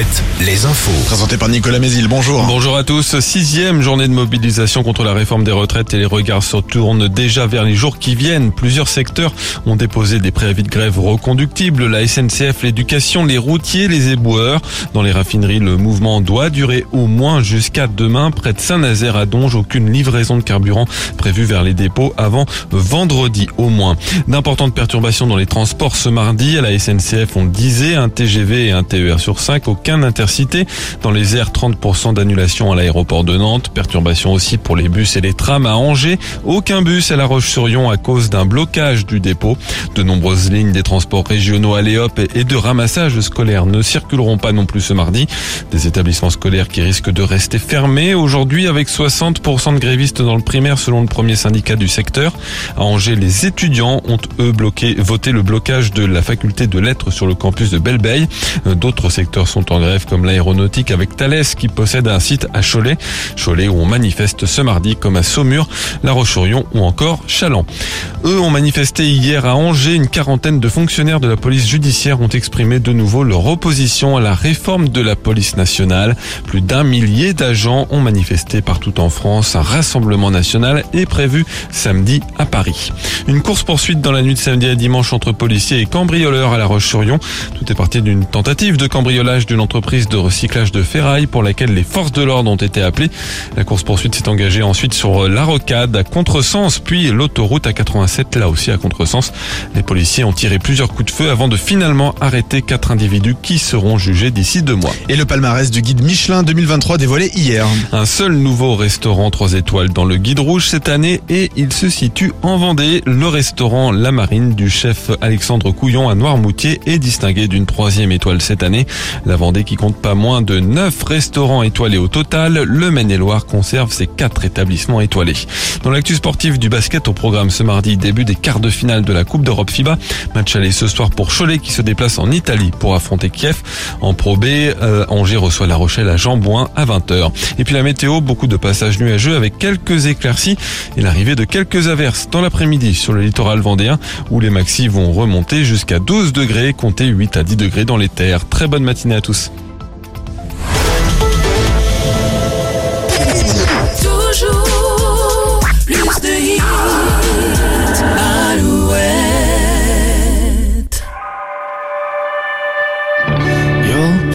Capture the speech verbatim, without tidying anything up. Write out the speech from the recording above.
sept, les infos. Présenté par Nicolas Mézil, bonjour. Bonjour à tous. Sixième journée de mobilisation contre la réforme des retraites et les regards se tournent déjà vers les jours qui viennent. Plusieurs secteurs ont déposé des préavis de grève reconductibles. La S N C F, l'éducation, les routiers, les éboueurs. Dans les raffineries, le mouvement doit durer au moins jusqu'à demain. Près de Saint-Nazaire à Donge, aucune livraison de carburant prévue vers les dépôts avant vendredi au moins. D'importantes perturbations dans les transports ce mardi. À la S N C F, on le disait, un T G V et un T E R sur cinq, aucun intercité. Dans les airs, trente pour cent d'annulation à l'aéroport de Nantes. Perturbation aussi pour les bus et les trams à Angers. Aucun bus à La Roche-sur-Yon à cause d'un blocage du dépôt. De nombreuses lignes des transports régionaux Aléop et de ramassage scolaire ne circuleront pas non plus ce mardi. Des établissements scolaires qui risquent de rester fermés aujourd'hui avec soixante pour cent de grévistes dans le primaire selon le premier syndicat du secteur. À Angers, les étudiants ont eux bloqué, voté le blocage de la faculté de lettres sur le campus de Belleveille. D'autres secteurs sont en grève comme l'aéronautique avec Thales qui possède un site à Cholet. Cholet où on manifeste ce mardi comme à Saumur, La Roche-sur-Yon ou encore Chaland. Eux ont manifesté hier à Angers. Une quarantaine de fonctionnaires de la police judiciaire ont exprimé de nouveau leur opposition à la réforme de la police nationale. Plus d'un millier d'agents ont manifesté partout en France. Un rassemblement national est prévu samedi à Paris. Une course-poursuite dans la nuit de samedi à dimanche entre policiers et cambrioleurs à La Roche-sur-Yon. Tout est parti d'une tentative de cambriolage d'une entreprise de recyclage de ferraille pour laquelle les forces de l'ordre ont été appelées. La course-poursuite s'est engagée ensuite sur la rocade à contresens, puis l'autoroute A quatre-vingt-sept, là aussi à contresens. Les policiers ont tiré plusieurs coups de feu avant de finalement arrêter quatre individus qui seront jugés d'ici deux mois. Et le palmarès du guide Michelin deux mille vingt-trois dévoilé hier. Un seul nouveau restaurant trois étoiles dans le guide rouge cette année et il se situe en Vendée. Le restaurant La Marine du chef Alexandre Couillon à Noirmoutier est distingué d'une troisième étoile cette année. La Vendée qui compte pas moins de neuf restaurants étoilés au total. Le Maine-et-Loire conserve ses quatre établissements étoilés. Dans l'actu sportif du basket au programme ce mardi, début des quarts de finale de la Coupe d'Europe FIBA. Match aller ce soir pour Cholet qui se déplace en Italie pour affronter Kiev. En Pro B, euh, Angers reçoit La Rochelle à Jambouin à vingt heures. Et puis la météo, beaucoup de passages nuageux avec quelques éclaircies et l'arrivée de quelques averses dans l'après-midi sur le littoral vendéen où les maxis vont remonter jusqu'à douze degrés, comptez huit à dix degrés dans les terres. Très bonne matinée à tous.